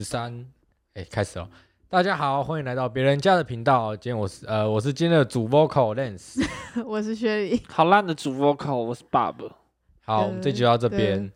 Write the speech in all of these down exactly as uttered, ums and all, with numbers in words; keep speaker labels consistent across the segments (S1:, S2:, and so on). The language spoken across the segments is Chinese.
S1: 十三，哎，开始了。大家好，欢迎来到别人家的频道。今天我是呃，我是今天的主 vocal Lance，
S2: 我是薛礼。
S3: 好烂的主 vocal， 我是 Bob。
S1: 好，我们这集就到这边。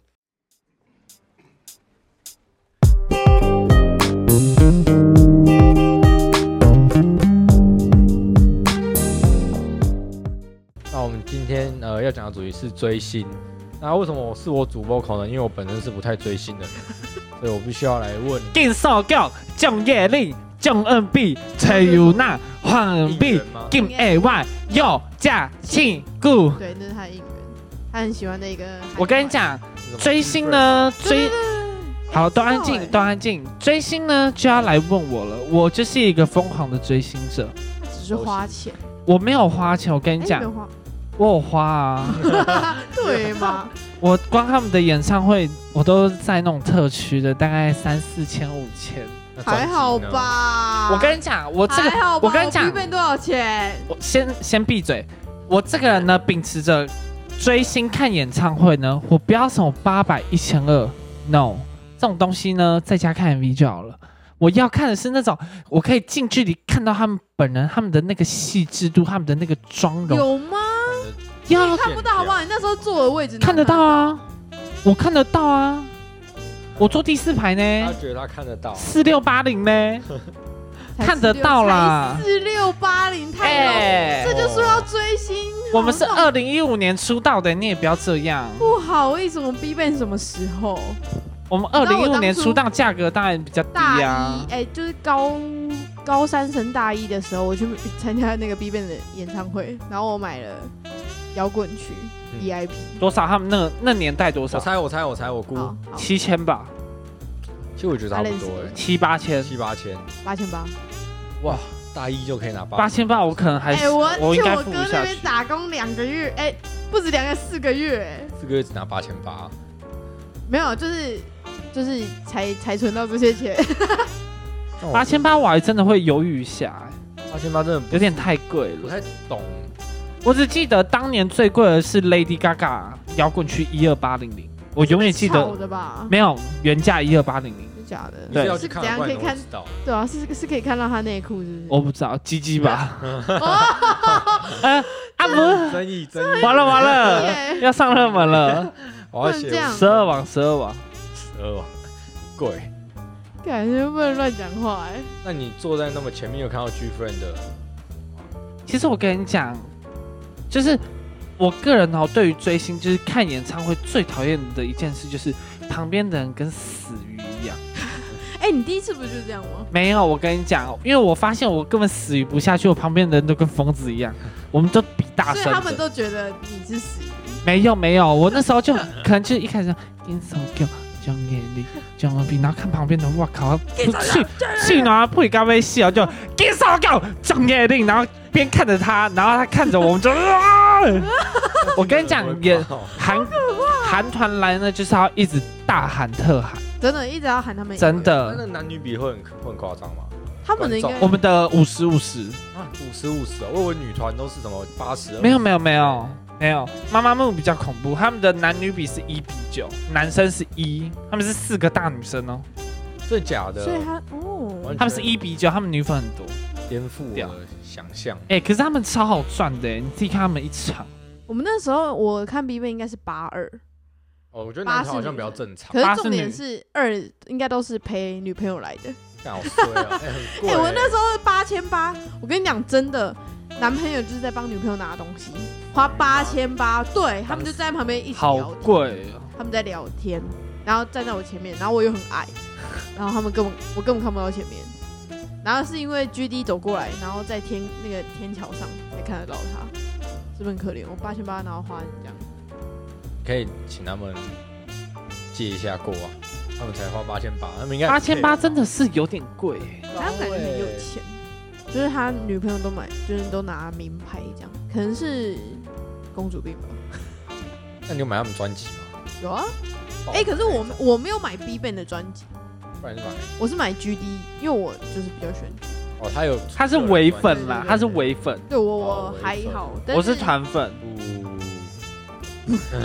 S1: 那我们今天呃要讲的主题是追星。那为什么我是我主 vocal 呢？因为我本身是不太追星的人，所以我必须要来问。
S3: 金少教、蒋业力、蒋恩碧、崔尤娜、黄恩碧、金 A Y、佑嘉庆姑。
S2: 对，那是他的应援，他很喜欢的一个。
S3: 我跟你讲，追星呢，追好都安静，都安静。追星呢就要来问我了，我就是一个疯狂的追星者。
S2: 他只是花钱，
S3: 我没有花钱，我跟你讲。我有花啊，
S2: 对吗？
S3: 我光他们的演唱会，我都在那种特区的，大概三四千、五千，
S2: 还好吧？
S3: 我跟你讲，我这个，我跟你讲，
S2: 必备多少钱？
S3: 我先先闭嘴。我这个人呢，秉持着追星看演唱会呢，我不要什么八百、一千二 ，no， 这种东西呢，在家看 M V 就好了。我要看的是那种，我可以近距离看到他们本人，他们的那个细致度，他们的那个妆容，
S2: 有吗？你看不到好不好？你那时候坐的位置
S3: 看得到啊，我看得到啊，我坐第四排呢。
S1: 他觉得他看得到，
S3: 四六八零呢，看得到啦。
S2: 四六八零太高，这就说要追星。
S3: 我们是二零一五年出道的，你也不要这样。
S2: 不好，为什么 BigBang 什么时候？
S3: 我们二零一五年出道，价格当然比较低啊。
S2: 哎、欸，就是高高三升大一的时候，我去参加那个 BigBang 的演唱会，然后我买了摇滚区 V I P，、嗯、
S3: 多少？他们那那年代多少？
S1: 我猜，我猜，我猜，我估
S3: 七千吧。
S1: 其实我觉得差不多哎，
S3: 七八千，
S1: 七八千，
S2: 八千八。
S1: 哇，大一就可以拿八
S3: 八千八，我可能还
S2: 哎、欸，我
S3: 我应该付
S2: 不下去。我哥那边打工两个月，哎、欸，不止两个，四个月、欸，
S1: 四个月只拿八千八。
S2: 没有，就是就是才才存到这些钱。
S3: 八千八我还真的会犹豫一下、
S1: 欸，八千八真的
S3: 有点太贵了，
S1: 不太懂。
S3: 我只记得当年最贵的是 Lady Gaga 摇滚区一二八零零，我永远记得。
S2: 的吧？
S3: 没有原价一二八零零，
S2: 是假的。
S1: 对，是怎
S2: 样可以看？对啊，是是可以看到他内裤，是不是？
S3: 我不知道，鸡鸡吧。
S2: 呃，
S3: 啊不，
S1: 争议争议，
S3: 完了完了，要上热门了。
S1: 我要写
S3: 十二网，十二网，
S1: 十二网，贵。
S2: 感觉不能乱讲话哎。
S1: 那你坐在那么前面，有看到 G-Friend 的？
S3: 其实我跟你讲，就是我个人哦，对于追星，就是看演唱会最讨厌的一件事，就是旁边的人跟死鱼一样。
S2: 哎、欸，你第一次不就是这样吗？
S3: 没有，我跟你讲，因为我发现我根本死鱼不下去，我旁边的人都跟疯子一样，我们都比大声，
S2: 所以他们都觉得你是死鱼。
S3: 没有没有，我那时候就可能就一开始金手叫蒋业力、蒋恩碧，然后看旁边的，哇靠，去去哪不咖啡笑就金手叫蒋业力，然后边看着他，然后他看着我们就啊！我跟你讲，也韩韩团来呢，就是要一直大喊特喊，
S2: 真的一直要喊他们。
S3: 真的，
S1: 那男女比会很会很夸张吗？
S2: 他们的应该
S3: 我们的五十五十
S1: 啊，五十五十哦，我以为女团都是什么八十。
S3: 没有没有没有。没有，妈妈木比较恐怖，他们的男女比是一比九，男生是一，他们是四个大女生哦，
S1: 真的假的？
S2: 所以他哦，
S3: 他们是一比九，他们女粉很多，
S1: 颠覆我的想象。
S3: 哎、欸，可是他们超好赚的，你自己看他们一场。
S2: 我们那时候我看 BigBang 应该是八二，
S1: 哦，我觉得男团好像比较正常，
S2: 可是重点是二应该都是陪女朋友来的。
S1: 好衰啊！哎、欸，很贵、欸。
S2: 哎、欸，我那时候八千八，我跟你讲真的。男朋友就是在帮女朋友拿东西，花八千八，对他们就站在旁边一起聊天，
S3: 好贵哦。
S2: 他们在聊天，然后站在我前面，然后我又很矮，然后他们根本我根本看不到前面，然后是因为 G D 走过来，然后在天那个天桥上才看得到他，是不是很可怜？我八千八，然后花这样，
S1: 可以请他们借一下过啊，他们才花八千八，他们应该
S3: 八千八真的是有点贵，
S2: 他感觉很有钱。就是他女朋友都买，就是都拿名牌这样，可能是公主病吧。
S1: 那你有买他们专辑吗？
S2: 有啊。哎、欸，可是我我没有买 BigBang 的专辑，
S1: 不然你买？
S2: 我是买 G D， 因为我就是比较喜欢 G D。
S1: 哦，他有，
S3: 他是唯粉啦，他是唯粉。
S2: 对我我还好，
S3: 我是团粉。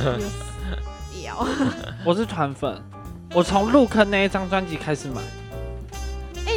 S2: 屌，
S3: 我是团粉，我从入坑那一张专辑开始买。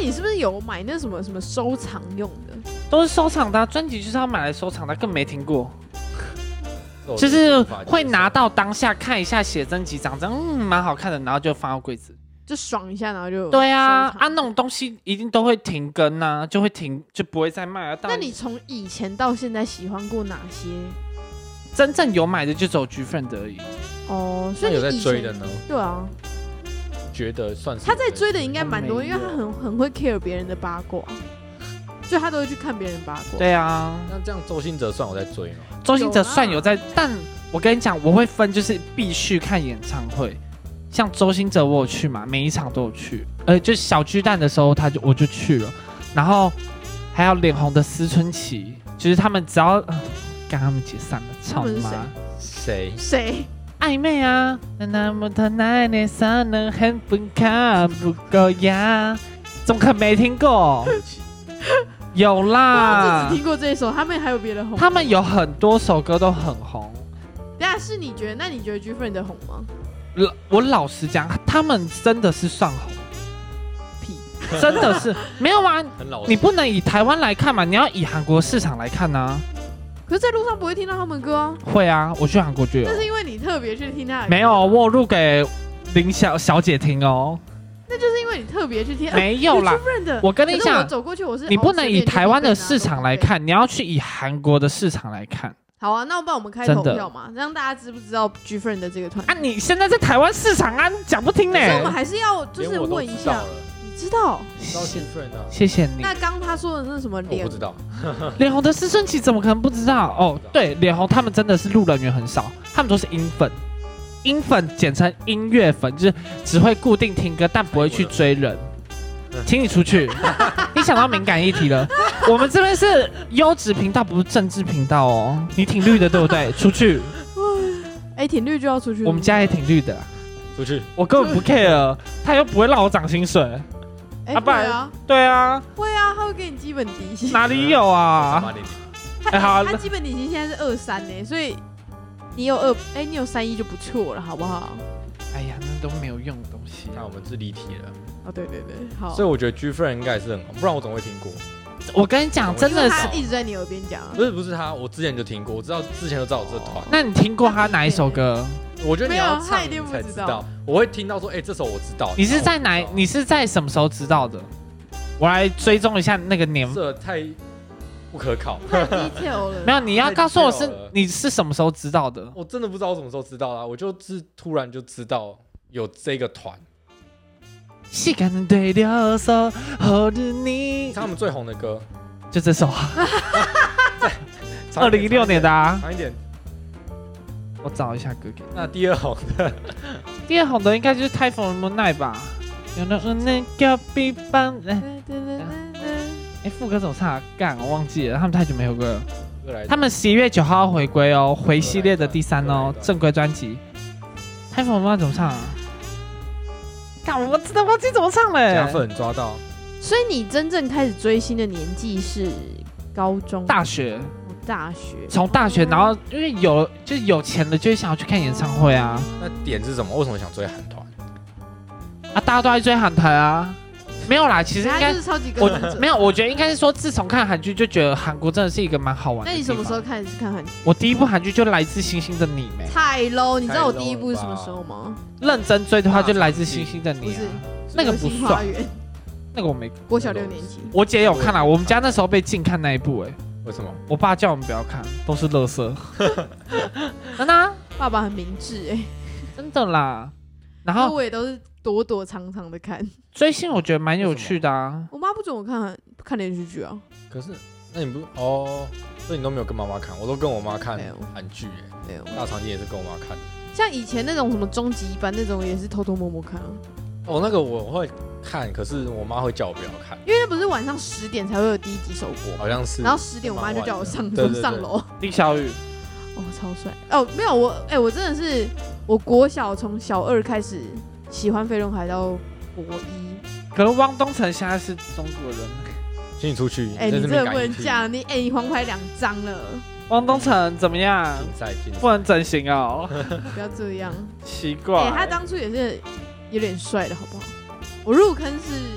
S2: 你是不是有买那什么什么收藏用的？
S3: 都是收藏的、啊，专辑就是要买来收藏的，更没听过。就是会拿到当下看一下写真几张，这样嗯蛮好看的，然后就放到柜子，
S2: 就爽一下，然后就
S3: 对啊啊那种东西一定都会停更啊，就会停就不会再卖啊。
S2: 那你从以前到现在喜欢过哪些？
S3: 真正有买的就只有 G-Friend 而已。
S2: 哦，所以
S1: 有在追的呢？
S2: 对啊，
S1: 觉得算是
S2: 他在追的应该蛮多，因为他很很会 care 别人的八卦。就他都会去看别人八卦。
S3: 对啊，
S1: 那这样周兴哲算我在追吗？
S3: 周兴哲算有在，但我跟你讲，我会分，就是必须看演唱会。像周兴哲我有去嘛，每一场都有去。呃，就小巨蛋的时候，他就我就去了。然后还有脸红的思春期，就是他们只要跟、呃、他们解散了，操你妈！
S1: 谁
S2: 谁？
S3: 暧昧啊，那么的那年三人很分开不够呀，怎么可能没听过？有啦，
S2: 我只听过这一首，他们还有别的红。
S3: 他们有很多首歌都很红。
S2: 等下是你觉得？那你觉得 G-Friend 的红吗？
S3: 我老实讲，他们真的是算红。屁，真的是没有啊！你不能以台湾来看嘛，你要以韩国市场来看啊。
S2: 可是，在路上不会听到他们歌啊。
S3: 会啊，我去韩国就有。
S2: 那是因为你特别去听他的歌。
S3: 没有，我有录给林小小姐听哦。
S2: 那就是因为你特别去听，
S3: 没有啦。我跟你讲，
S2: 我走过去我是
S3: 你不能以台湾的市场来看，你要去以韩国的市场来看。
S2: 好啊，那我帮我们开投票嘛，让大家知不知道 G-Friend 的这个团
S3: 啊？你现在在台湾市场啊，讲不听呢。
S2: 所以我们还是要就是问一下，你知道？
S1: 知道 G-Friend 啊？
S3: 谢谢你。
S2: 那刚他说的那什么脸？
S1: 我不知道。
S3: 脸红的思春期怎么可能不知道？哦，对，脸红他们真的是路人缘很少，他们都是音粉。音粉简称音乐粉，就是只会固定听歌，但不会去追人。请你出去！你想到敏感议题了。我们这边是优质频道，不是政治频道哦。你挺绿的，对不对？出去！
S2: 哎，挺绿就要出去。
S3: 我们家也挺绿的。
S1: 出去！
S3: 我根本不 care， 他又不会让我涨薪水。
S2: 哎，会啊，
S3: 对啊，
S2: 会啊，他会给你基本底薪。
S3: 哪里有啊？
S2: 哎，好，他基本底薪现在是二三呢，所以。你有二哎、欸，你有三一就不错了，好不好？
S3: 哎呀，那都没有用的东西、啊。
S1: 那我们是离题了。
S2: 哦，对对对，好。
S1: 所以我觉得 G-Friend 应该也是很红，不然我怎么会听过？
S3: 我跟你讲，真的是
S2: 他一直在你耳边讲、啊。
S1: 不是不是他，我之前就听过，我知道之前就知道我这团、哦。
S3: 那你听过他哪一首歌？
S1: 我觉得你要唱
S2: 你
S1: 才知道。我会听到说，哎、欸，这首我知道。
S3: 你是在哪？你是在什么时候知道的？我来追踪一下那个年。
S1: 这太。不可考，
S2: 太 detail 了。
S3: 没有，你要告诉我是你是什么时候知道的？
S1: 我真的不知道我什么时候知道啦，我就是突然就知道有这个团。
S3: 是敢对了手，和着你。
S1: 他们最红的歌
S3: 就这首啊。二零一六年的啊。
S1: 长一点，
S3: 我找一下歌给你。
S1: 那第二红的，
S3: 第二红的应该就是《太风的 Moonlight》吧？有那那个比方。哎，副歌怎么唱？干，我忘记了，他们太久没有歌了。他们十一月九号回归哦，回系列的第三哦，正规专辑。太风妈怎么唱啊？干，我真的忘记怎么唱了。
S1: 加分抓到。
S2: 所以你真正开始追星的年纪是高中、
S3: 大学、
S2: 大学，
S3: 从大学，然后因为有就是有钱了，就会想要去看演唱会啊。
S1: 那点是什么？为什么想追韩团？
S3: 啊，大家都在追韩团啊。没有啦，其实应该
S2: 我
S3: 没有，我觉得应该是说，自从看韩剧就觉得韩国真的是一个蛮好玩的。
S2: 那你什么时候开始看韩剧？
S3: 我第一部韩剧就《来自星星的你》没？
S2: 太 low！ 你知道我第一部是什么时候吗？
S3: 认真追的话就《来自星星的你》。
S2: 不是，
S3: 那个不算。那个我没。
S2: 国小六年级。
S3: 我姐有看啦，我们家那时候被禁看那一部，哎，
S1: 为什么？
S3: 我爸叫我们不要看，都是垃圾。真的？
S2: 爸爸很明智哎，
S3: 真的啦。然后
S2: 我也都是躲躲藏藏的看。
S3: 追星我觉得蛮有趣的啊！
S2: 我妈不准我看看连续剧啊。
S1: 可是，那你不哦？所以你都没有跟妈妈看？我都跟我妈看韩剧耶。
S2: 没有。
S1: 大长今也是跟我妈看的。
S2: 像以前那种什么终极一班那种，也是偷偷摸摸看啊。
S1: 哦，那个我会看，可是我妈会叫我不要看，
S2: 因为那不是晚上十点才会有第一集首播，
S1: 好像是。
S2: 然后十点我妈就叫我上楼上楼。
S3: 丁小雨，
S2: 哦，超帅哦！没有我，哎、欸，我真的是我国小从小二开始喜欢飞轮海到国一。
S3: 可是汪东城现在是中国人，
S1: 请你出去。
S2: 哎、欸，你这不能这样，你哎、欸，你黄牌两张了。
S3: 汪东城怎么样？不能整形哦。
S2: 不要这样，
S3: 奇怪。
S2: 哎、欸，他当初也是有点帅的，好不好？我入坑是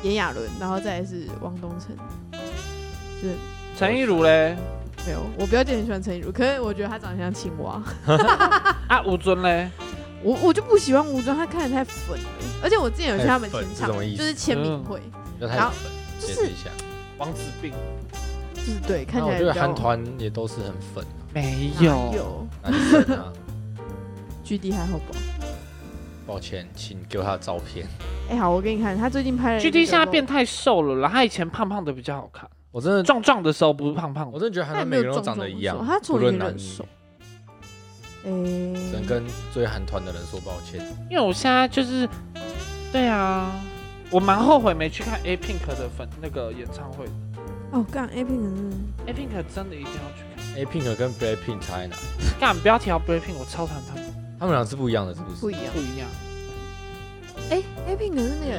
S2: 炎亚纶，然后再来是汪东城，就是
S3: 陈亦儒嘞？
S2: 没有，我表姐很喜欢陈亦儒，可是我觉得他长得像青蛙。
S3: 啊，吴尊嘞？
S2: 我我就不喜欢吴尊，他看起来太粉了，而且我之前有去他们
S1: 太
S2: 签唱，
S1: 粉是什么意思
S2: 就是签名会，
S1: 然后
S2: 就是
S1: 一下，
S3: 王子病
S2: 就是对，看
S1: 那我觉得
S2: 起来比较
S1: 韩团也都是很粉啊，
S3: 没
S2: 哪
S3: 有，
S2: 有
S1: 男生啊。
S2: G D 还好吧？
S1: 抱歉，请给我他的照片。
S2: 哎、好，我给你看，他最近拍了。
S3: G D 现在变太瘦了啦，他以前胖胖的比较好看，
S1: 我真的，
S3: 壮壮的时候不是胖胖的。
S1: 我真的觉得韩团每个人都长得一样，
S2: 他从
S1: 不论男女，
S2: 瘦。哎、
S1: 只能跟追韩团的人说抱歉。
S3: 因为我现在就是，对啊，我蛮后悔没去看 A Pink 的粉那个演唱会。
S2: 哦，干 A Pink 真的
S3: A Pink 真的一定要去看。
S1: A Pink 跟 Blackpink 差在哪？
S3: 干，不要提到 Blackpink，我超讨厌他们。
S1: 他们俩是不一样的，是不是？
S2: 不一样，
S3: 不一样。
S2: 哎、A Pink 是那个。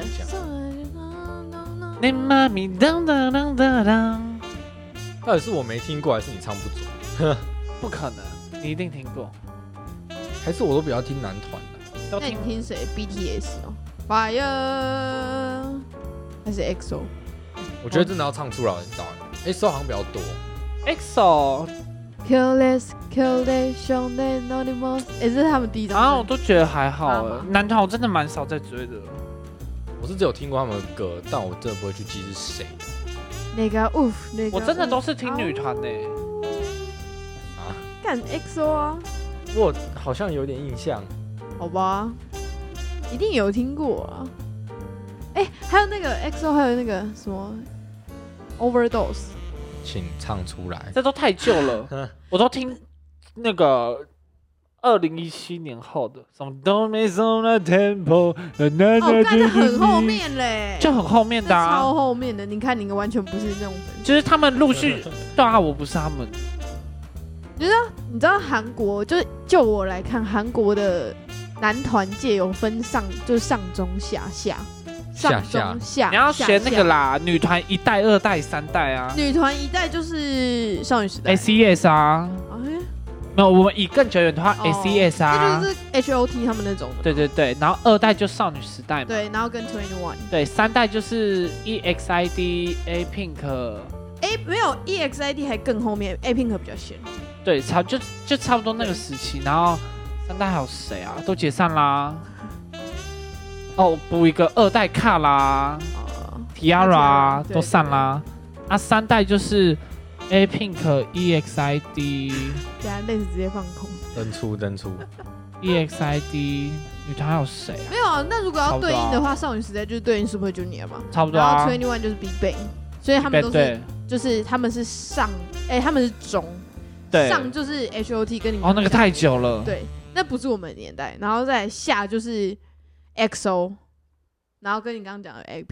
S3: 你妈咪当当当当当，
S1: 到底是我没听过，还是你唱不准？
S3: 不可能，你一定听过。
S1: 还是我都比较听男团的？
S3: 都
S2: 那你
S3: 听
S2: 听谁 ？B T S 哦 ，Fire 还是 X O？
S1: 我觉得真的要唱出来，你知道吗 ？X O 好像比较多。
S3: X O，
S2: Careless Careless 兄弟 No More， 哎，这是他们第一张。
S3: 啊，我都觉得还好
S2: 啊
S3: 哎。男团我真的蛮少在追的。
S1: 我是只有听过他们的歌，但我真的不会去记是谁的。
S2: 那个 Oof， 那个
S3: 我真的都是听女团呢。
S1: 啊？
S2: 干 X O 啊？
S1: 我好像有点印象。
S2: 好吧，一定有听过啊。哎，还有那个 X O， 还有那个什么 Overdose，
S1: 请唱出来。
S3: 这都太旧了，我都听那个二零一七年后的什么 Don't Miss on the Tempo，
S2: 哦，干的很后面嘞，
S3: 就很后面的、啊，
S2: 超后面的。你看，你完全不是那种粉丝。
S3: 就是他们陆续，对啊，我不是他们。
S2: 你知道，你知道韩国，就是就我来看，韩国的男团界有分上，就是上中下下，上中下。
S3: 你要学那个啦，女团一代、二代、三代啊。
S2: 女团一代就是少女时代
S3: ，S E S 啊。
S2: 哎，
S3: 没有，我们以更久远的话 ，S E S 啊，
S2: 这就是 H O T 他们那种的。
S3: 对对对，然后二代就少女时代嘛。
S2: 对，然后跟 Twenty One。
S3: 对，三代就是 E X I D、A Pink。
S2: A 没有 E X I D 还更后面 ，A Pink 比较先。
S3: 对，差就就差不多那个时期，然后三代还有谁啊？都解散啦。哦，补一个二代卡啦、呃、，Tiara 都散啦。啊，三代就是 A Pink、E X I D。
S2: 等下类似直接放空。
S1: 登出登出。
S3: E X I D 女团还有谁啊？
S2: 没有啊，那如果要对应的话，啊、少女时代就是对应 Super Junior 嘛，
S3: 差不多、啊。
S2: 然后 Twenty One 就是 Big Bang， 所以他们都是就是他们是上，哎、欸，他们是中。
S3: 对，
S2: 上就是 H O T 跟你
S3: 哦，那个太久了。
S2: 对，那不是我们的年代。然后再下就是 X O， 然后跟你刚刚讲的 A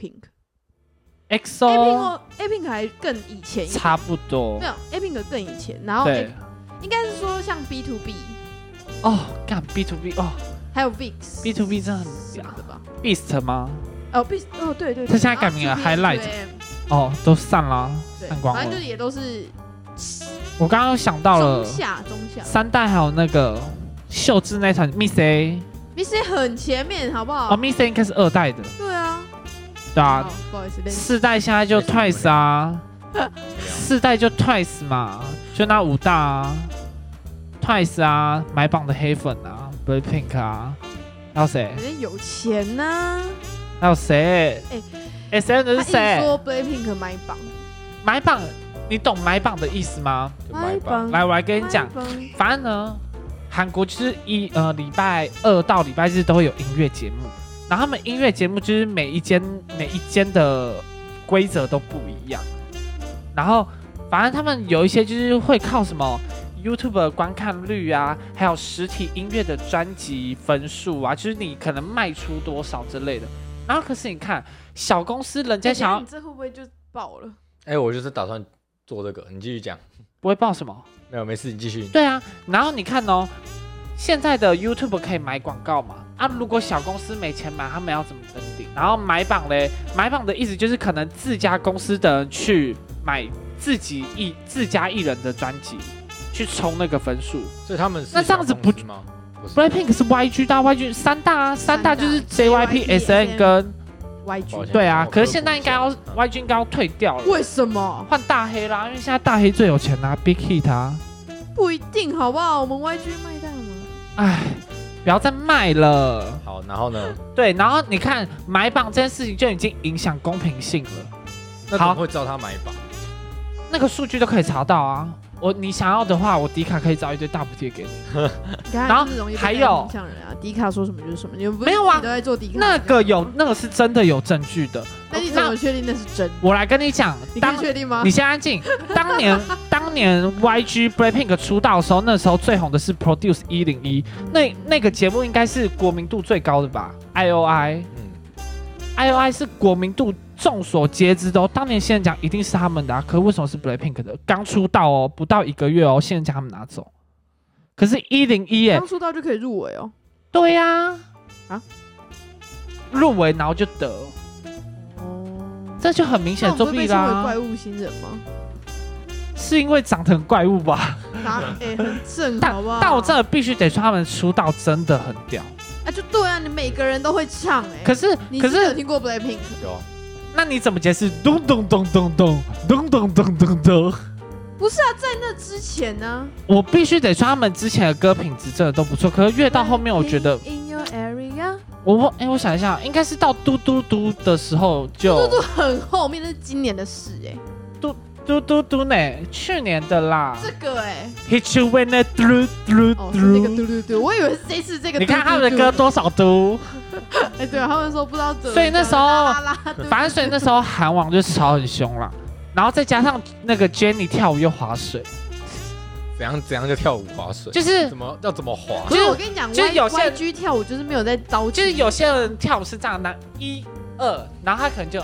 S2: Pink。X O。A Pink A Pink 还更以前一点。
S3: 差不多。
S2: 没有 A Pink 更以前，然后 A, 应该是说像 B to B。
S3: 哦，干 B to B 哦。
S2: 还有 V I X。
S3: B to B 真的很
S2: 屌的吧
S3: ？Beast 吗？
S2: 哦 ，Beast 哦，对对对。
S3: 他现在改名了 Highlight。哦，都散了，散光了。
S2: 反正就也都是。
S3: 我刚刚想到了，
S2: 中下中下
S3: 三代还有那个秀智那团 Miss A，Miss
S2: A 很前面好不好？
S3: 哦 ，Miss A 应该是二代的。
S2: 对啊，
S3: 对啊，
S2: 不好意思，
S3: 四代现在就 Twice 啊，四代就 Twice 嘛，就那五大啊 ，Twice 啊，买榜的黑粉啊 ，Blackpink 啊，还有谁？
S2: 人家有钱呐、啊，
S3: 还有谁？哎、欸、，S N 的是谁？
S2: 说 Blackpink 买榜，
S3: 买榜。你懂买榜的意思吗？
S2: 买榜，
S3: 来，我来跟你讲。反正呢，韩国就是一呃礼拜二到礼拜日都会有音乐节目，然后他们音乐节目就是每一间每一间的规则都不一样。然后反正他们有一些就是会靠什么 YouTube 的观看率啊，还有实体音乐的专辑分数啊，就是你可能卖出多少之类的。然后可是你看小公司，人家想要，
S2: 你这会不会就爆了？
S1: 哎、欸，我就是打算。做这个，你继续讲。
S3: 不会报什么？
S1: 没有，没事，你继续。
S3: 对啊，然后你看哦，现在的 YouTube 可以买广告嘛？啊，如果小公司没钱买，他们要怎么登顶？然后买榜嘞，买榜的意思就是可能自家公司的人去买自己艺自家艺人的专辑，去冲那个分数。
S1: 所以他们是
S3: 那这样子不
S1: 吗
S3: ？Blackpink 是 Y G 大 Y G 三大啊，三大就是 J Y P、S N 跟
S2: Y G。
S3: 对啊，可是现在应该要 Y G 应该要退掉了。
S2: 为什么？
S3: 换大黑啦，因为现在大黑最有钱啊 ，Big Hit 啊。
S2: 不一定，好不好？我们 Y G 卖大吗？
S3: 哎，不要再卖了。
S1: 好，然后呢？
S3: 对，然后你看买榜这件事情就已经影响公平性了。
S1: 那怎么会知道他买榜？
S3: 那个数据都可以查到啊。我你想要的话，我迪卡可以找一堆大补贴给你。
S2: 然后还有影响人啊，迪卡说什么就是什么。你们不是
S3: 没有啊？
S2: 都在做迪卡？
S3: 那个有，那个是真的有证据的。
S2: 那你怎么确定那是真？
S3: 我来跟你讲，
S2: 你可以确定吗？
S3: 你先安静。当年当年 Y G Blackpink 出道的时候，那时候最红的是 Produce 一零一，那那个节目应该是国民度最高的吧 ？I O I， 嗯 ，I O I 是国民度众所皆知的哦。当年新人奖一定是他们的啊，可是为什么是 Blackpink 的？刚出道哦，不到一个月哦，新人奖他们拿走。可是一零一耶，
S2: 刚出道就可以入围哦。
S3: 对呀、啊，
S2: 啊，
S3: 入围然后就得。这就很明显作弊啦、啊！
S2: 怪物新人吗？
S3: 是因为长得很怪物吧？
S2: 哎、欸，很正，好不好？
S3: 但我真的必须得说，他们出道真的很屌。
S2: 啊，就对啊，你每个人都会唱哎、欸。
S3: 可是，
S2: 你
S3: 可是
S2: 有听过 Blackpink？
S1: 有。
S3: 那你怎么解释？咚咚咚咚咚咚咚咚咚咚。
S2: 不是啊，在那之前呢、啊，
S3: 我必须得说，他们之前的歌品质真的都不错。可是越到后面，我觉得。我哎、欸，我想一下，应该是到嘟嘟嘟的时候就。
S2: 嘟嘟嘟很后面，那是今年的事哎、欸。
S3: 嘟嘟嘟嘟呢？去年的啦。
S2: 这个哎、
S3: 欸。Hit you when the 嘟嘟嘟。
S2: 哦，是那个嘟嘟嘟，我以为是这次这个。
S3: 你看他们的歌多少嘟？
S2: 哎、欸，对啊，他们说不知道怎么。
S3: 所以那时候，
S2: 啦啦啦
S3: 反正所以那时候韩网就吵很凶啦，然后再加上那个 Jennie 跳舞又划水。
S1: 怎样怎样就跳舞划水，
S3: 就是
S1: 怎么要怎么滑？
S2: 就是我跟你讲，
S3: 就是有些
S2: Y G 跳舞就是没有在刀，
S3: 就是有些人跳舞是这样的，一二，然后他可能就，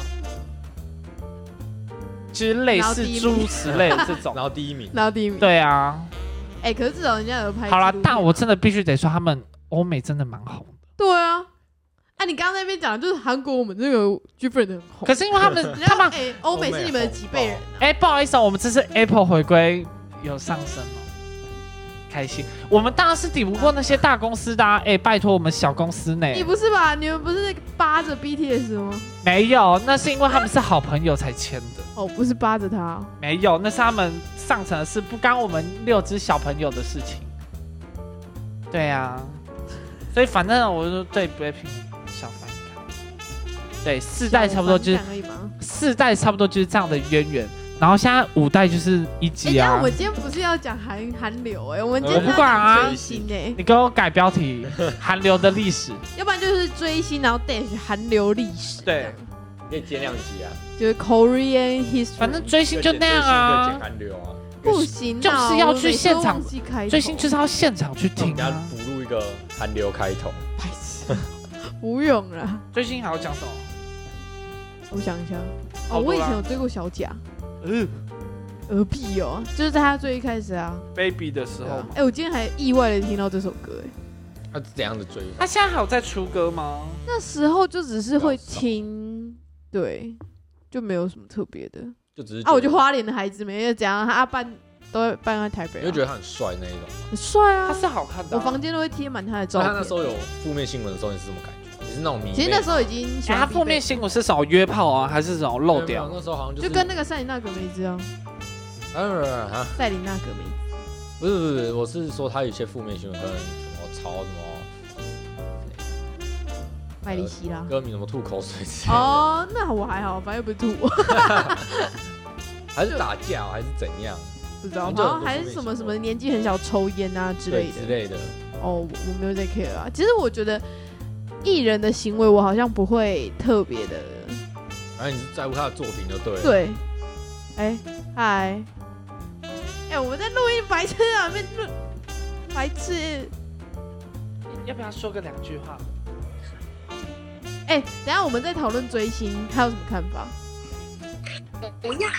S3: 就是类似诸如此类的这种，
S1: 然后第一名，
S2: 然后第一名，
S3: 对啊，
S2: 哎、欸，可是至少人家有拍。
S3: 好啦，但我真的必须得说，他们欧美真的蛮红的。
S2: 对啊，哎、啊，你刚刚那边讲的就是韩国，我们这个 G Friend 很红，
S3: 可是因为他们他们
S2: 哎，欧美是你们的几倍人、啊？
S3: 哎、欸，不好意思、哦，我们这次 Apple 回归有上升哦。开心，我们当然是抵不过那些大公司的、啊。哎、欸，拜托我们小公司呢？
S2: 你不是吧？你们不是扒着 B T S 吗？
S3: 没有，那是因为他们是好朋友才签的。
S2: 哦，不是扒着他。
S3: 没有，那是他们上层的事，不干我们六只小朋友的事情。对啊，所以反正我就对 Blackpink 小反感。对，四代差不多就是四代差不多就是这样的渊源。然后现在五代就是一级啊！
S2: 哎、欸，我们今天不是要讲韩韩流哎、欸，我们今天
S3: 我不管啊，
S2: 追星哎、欸，
S3: 你给我改标题，韩流的历史，
S2: 要不然就是追星，然后 dash 韩流历史。
S3: 对，
S1: 你可以减两集啊，
S2: 就是 Korean history，
S3: 反正追星就那样啊。
S1: 韩流啊，
S2: 不行，
S3: 就是要去现场追星，就是要现场去听
S1: 啊。补录一个韩流开头，
S2: 白痴，不用了。
S3: 追星还要讲什么？
S2: 我想一下，哦，我以前有追过小贾。
S3: 嗯，
S2: 鹅屁哦，就是在他最一开始啊
S3: ，baby 的时候。
S2: 哎、欸，我今天还意外的听到这首歌，哎，
S1: 他是怎样的追？
S3: 他现在还有在出歌吗？
S2: 那时候就只是会听，对，就没有什么特别的，
S1: 就只是
S2: 啊，我就花莲的孩子们又怎样，他办都会办在台北、啊，
S1: 你会觉得他很帅那一种，
S2: 很帅啊，
S3: 他是好看的、
S2: 啊，我房间都会贴满他的照片。
S1: 他那时候有负面新闻的时候，你是什么感觉？你是那种迷？
S2: 其实那时候已经喜欢、
S3: 欸，他负面新闻是什么约炮啊，还是什么漏掉？
S1: 那时候好像、就是、
S2: 就跟那个赛琳娜·葛梅兹啊。
S1: 啊，
S2: 赛琳娜·葛梅兹，
S1: 不是不是不是，我是说他有些负面新闻，可能什么抄什么
S2: 麦莉希啦，
S1: 歌迷什么吐口水之类的。
S2: 哦，那我还好，反正又不是吐。
S1: 还是打架还是怎样？
S2: 不知道，好像还是什么什么年纪很小抽烟啊之类的
S1: 之类的。
S2: 哦，我没有在 care 啊。其实我觉得艺人的行为，我好像不会特别的。
S1: 反正你是在乎他的作品就对了。
S2: 对。哎，嗨。哎、欸，我们在录音，白痴啊，被录，白痴。
S3: 要不要说个两句话？
S2: 哎、欸，等一下我们在讨论追星，他有什么看法？
S4: 不要。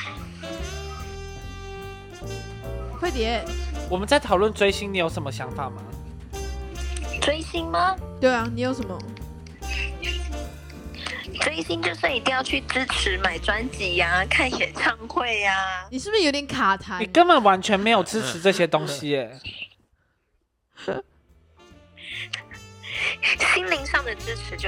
S2: 快点。
S3: 我们在讨论追星，你有什么想法吗？
S4: 追星吗？
S2: 对啊，你有什么？
S4: 追星就是一定要去支持买专辑呀、看演唱会呀、啊。
S2: 你是不是有点卡痰？
S3: 你根本完全没有支持这些东西耶。
S4: 心灵上的支持就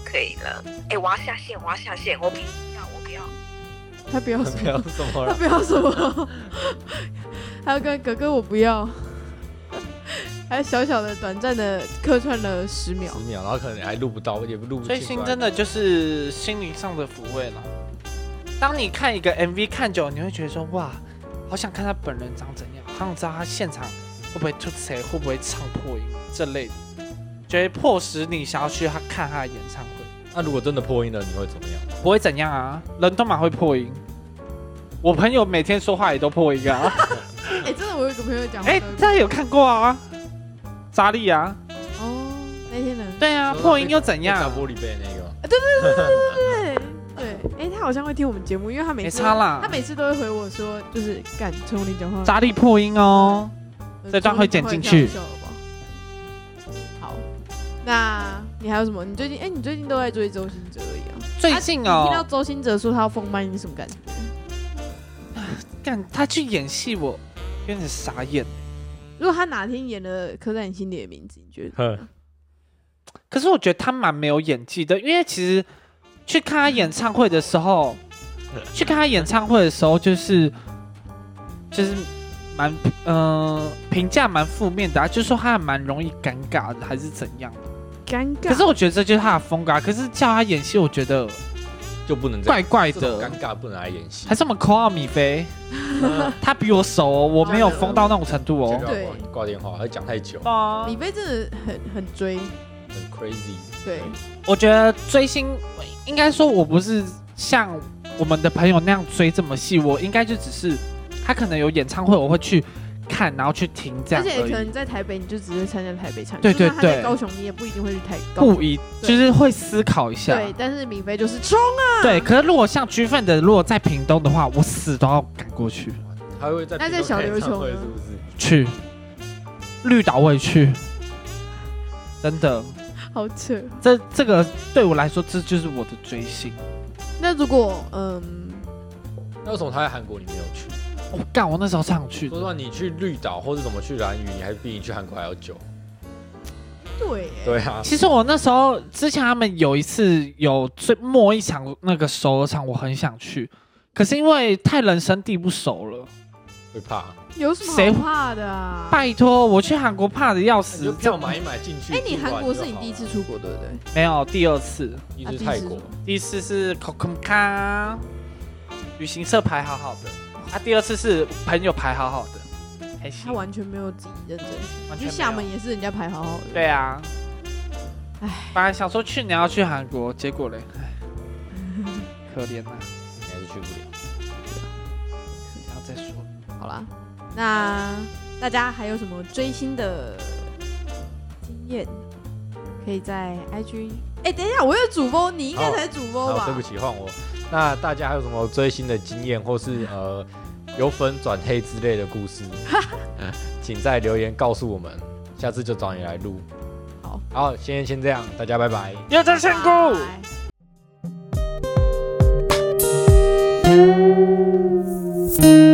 S4: 可以了。哎，我要下线，我要下线，我不要，我不要。
S2: 他不要什么？
S1: 不要什么
S2: 他
S1: 了？
S2: 不要什么？还有跟哥哥我不要，还小小的短暂的客串了十秒
S1: 十。秒，然后可能还录不到，也录不清楚。
S3: 追星真的就是心灵上的抚慰了。当你看一个 M V 看久了，你会觉得说哇，好想看他本人长怎样，好想知道他现场会不会吐谁，会不会唱破音这类的，就会迫使你想要去他看他的演唱会。
S1: 那如果真的破音了，你会怎么样？
S3: 不会怎样啊，人都蛮会破音。我朋友每天说话也都破音啊。
S2: 哎、真的，我有一个朋友讲话
S3: 哎、
S2: 都会
S3: 大家有看过啊？扎力啊，
S2: 哦，那天呢？
S3: 对啊，破音又怎样？
S1: 砸玻璃杯那个。
S2: 对对，哎、他好像会听我们节目，因为他每次
S3: 没差啦
S2: 他每次都会回我说，就是干陈宏林讲话，
S3: 扎力破音哦。
S2: 呃
S3: 这段会剪进去
S2: 陈宏林讲话也太好笑了吧好，那你还有什么？你最近哎、你最近都在追周星哲而已啊？
S3: 最近
S2: 啊你听到
S3: 哦，
S2: 周星哲说他要封麦，你是什么感觉？
S3: 干他去演戏，我有点傻眼。
S2: 如果他哪天演了刻在你心里的名字，你觉得怎么样？
S3: 可是我觉得他蛮没有演技的，因为其实去看他演唱会的时候，去看他演唱会的时候，就是就是蛮呃评价蛮负面的、啊，就说他还蛮容易尴尬的，还是怎样的。
S2: 尴尬。
S3: 可是我觉得这就是他的风格、啊，可是叫他演戏，我觉得
S1: 就不能这样
S3: 怪怪
S1: 这种
S3: 的。
S1: 尴尬不能来演戏
S3: 还。是我们 call 奥米菲，他比我熟哦，我没有疯到那种程度哦。
S2: 对
S1: 挂挂电话，会讲太久，
S3: 啊
S2: 李飞真的很很追，
S1: 很 crazy。
S2: 对，
S3: 我觉得追星，应该说我不是像我们的朋友那样追这么细，我应该就只是他可能有演唱会，我会去看，然后去听这
S2: 而且可
S3: 样而已。
S2: 能在台北你就只会参加台北场，
S3: 对对
S2: 就算他在
S3: 对
S2: 高雄你也不一定会去台高。
S3: 不一
S2: 对
S3: 就是会思考一下。
S2: 对，但是米飞就是冲啊！
S3: 对，可是如果像 G 份的，如果在屏东的话，我死都要赶过去
S1: 还会在
S2: 那在小琉球呢
S1: 是不是？
S3: 去。绿岛我也去，真的，
S2: 好扯。
S3: 这这个对我来说，这就是我的追星。
S2: 那如果嗯，
S1: 那为什么他在韩国你没有去？
S3: 我、干，我那时候上去
S1: 说实话，你去绿岛或者怎么去兰屿，你还比你去韩国还要久。
S2: 对耶，
S1: 对啊，
S3: 其实我那时候之前他们有一次有最末一场那个首尔场，我很想去，可是因为太人生地不熟了。
S1: 会怕。
S2: 有什么
S3: 谁
S2: 好怕的啊？
S3: 拜托，我去韩国怕的要
S1: 你
S3: 死
S1: 就，票买一买进去。
S2: 哎，你韩国是你
S1: 住完就好
S2: 第一次出国对不对？
S3: 没有第二次，
S1: 一
S2: 啊
S1: 次泰国，
S3: 第一次是 Kokomka 旅行社排好好的，啊，第二次是朋友排好好的，还行
S2: 他，完全没有自己认真去，
S3: 完全没有
S2: 去厦门也是人家排好好的。
S3: 对啊，
S2: 唉，
S3: 本来想说去年要去韩国，结果嘞，唉可怜呐、
S1: 你还是去不了。
S3: 然后再说。
S2: 好啦，那大家还有什么追星的经验？可以在 I G。哎，等一下，我有主播，你应该才是主播吧？
S1: 好，对不起，换我。那大家还有什么追星的经验，或是呃由粉转黑之类的故事，请在留言告诉我们，下次就找你来录。
S2: 好，
S1: 好，先先这样，大家拜拜。
S3: 要再xem cô
S2: 拜